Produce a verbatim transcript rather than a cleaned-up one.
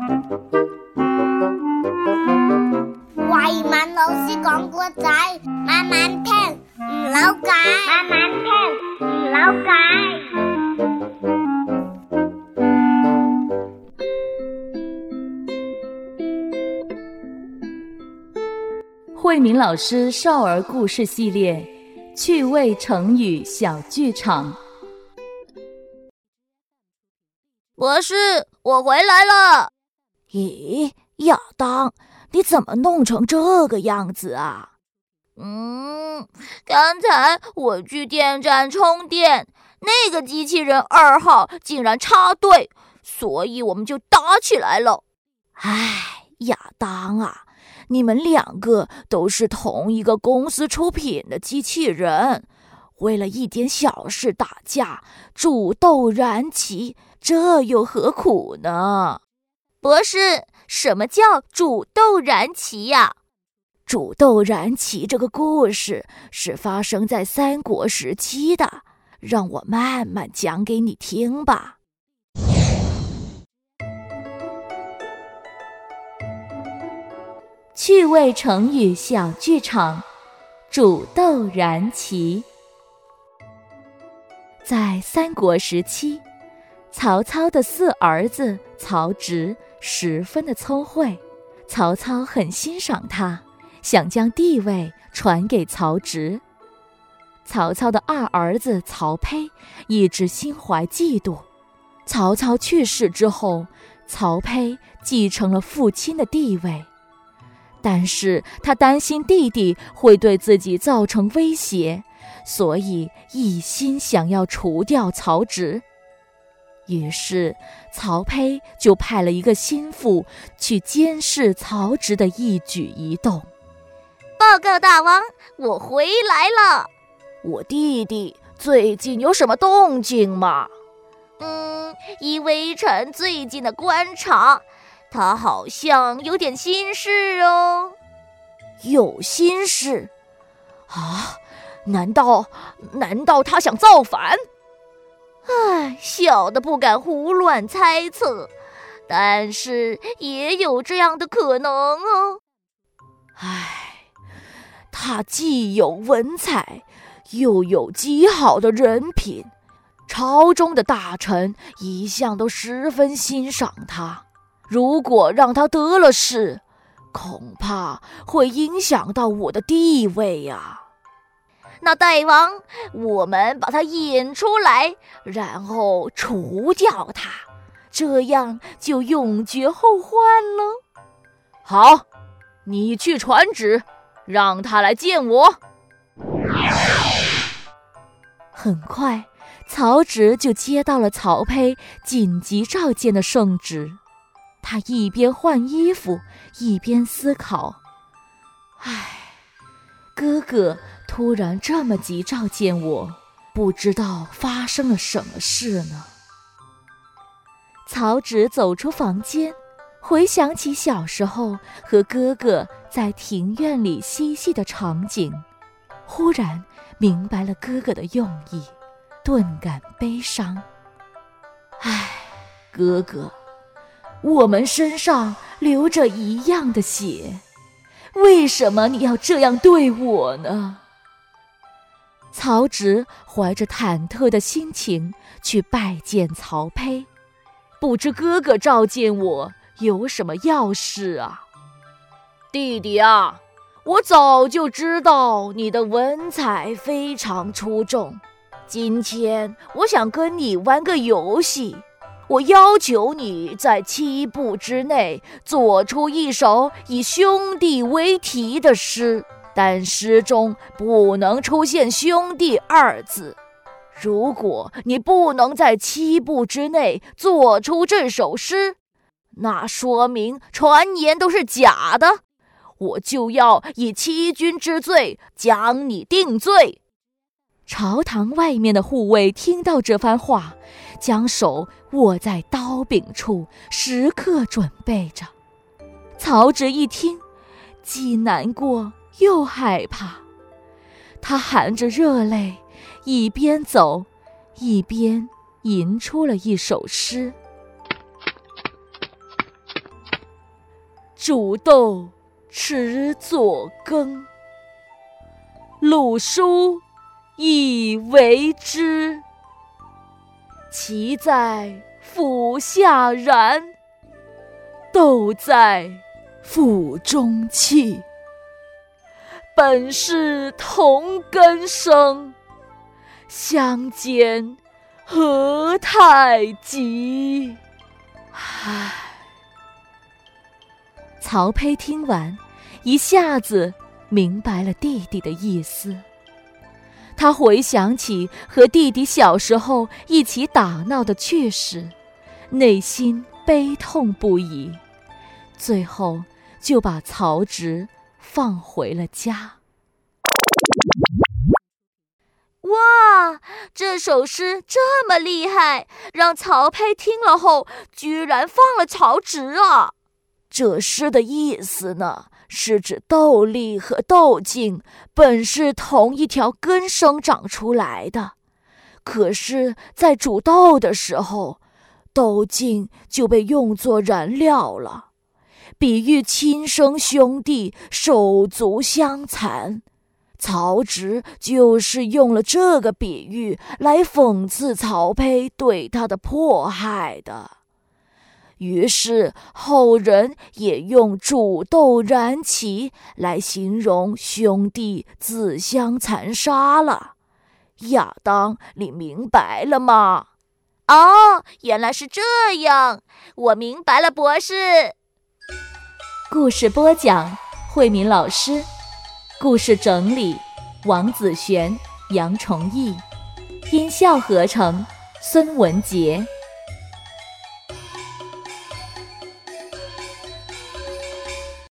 慧敏老師講故仔，慢慢聽，唔扭計，慢慢聽，唔扭計。 慧敏老师少儿故事系列趣味成语小剧场。 博士，我回来了。 咦，亚当，你怎么弄成这个样子啊？ 嗯，刚才我去电站充电，那个机器人二号竟然插队，所以我们就打起来了。 唉，亚当啊，你们两个都是同一个公司出品的机器人，为了一点小事打架，煮豆燃起，这又何苦呢？ 博士，什么叫煮豆燃起呀？ 煮豆燃起这个故事是发生在三国时期的，让我慢慢讲给你听吧。 趣味成语小剧场，煮豆燃起。在三国时期，曹操的四儿子曹植十分的聪慧，曹操很欣赏他，想将地位传给曹植。曹操的二儿子曹丕一直心怀嫉妒，曹操去世之后，曹丕继承了父亲的地位，但是他担心弟弟会对自己造成威胁，所以一心想要除掉曹植。于是曹丕就派了一个心腹去监视曹植的一举一动。 报告大王，我回来了。 我弟弟最近有什么动静吗？ 嗯，依微臣最近的观察，他好像有点心事哦。 有心事？啊？难道难道他想造反？ 唉，小的不敢胡乱猜测，但是也有这样的可能哦。 唉，他既有文采，又有极好的人品，朝中的大臣一向都十分欣赏他。如果让他得了势，恐怕会影响到我的地位呀。 那大王，我们把他引出来，然后除掉他，这样就永绝后患了。 好，你去传旨，让他来见我。 很快，曹植就接到了曹丕紧急召见的圣旨。他一边换衣服，一边思考：唉，哥哥突然这么急召见我，不知道发生了什么事呢。曹植走出房间，回想起小时候和哥哥在庭院里嬉戏的场景，忽然明白了哥哥的用意，顿感悲伤。唉，哥哥，我们身上流着一样的血，为什么你要这样对我呢？曹植怀着忐忑的心情去拜见曹丕，不知哥哥召见我有什么要事啊？ 弟弟啊，我早就知道你的文采非常出众，今天我想跟你玩个游戏。我要求你在七步之内做出一首以兄弟为题的诗，但诗中不能出现兄弟二字。如果你不能在七步之内做出这首诗，那说明传言都是假的，我就要以欺君之罪将你定罪。 朝堂外面的护卫听到这番话，将手握在刀柄处，时刻准备着。曹植一听，既难过又害怕，他含着热泪，一边走一边吟出了一首诗： 煮豆持作羹。鲁书以为之，萁在釜下燃，豆在釜中泣。本是同根生，相煎何太急。唉。曹丕听完，一下子明白了弟弟的意思。他回想起和弟弟小时候一起打闹的趣事，内心悲痛不已，最后就把曹植放回了家。 哇，这首诗这么厉害，让曹丕听了后居然放了曹植啊！ 这诗的意思呢，是指豆粒和豆茎本是同一条根生长出来的，可是在煮豆的时候，豆茎就被用作燃料了，比喻亲生兄弟手足相残。曹植就是用了这个比喻来讽刺曹丕对他的迫害的。于是后人也用煮豆燃萁来形容兄弟自相残杀了。亚当，你明白了吗？ 哦，原来是这样，我明白了，博士。 故事播讲，慧敏老师。故事整理，王子璇、杨崇义。音效合成，孙文杰。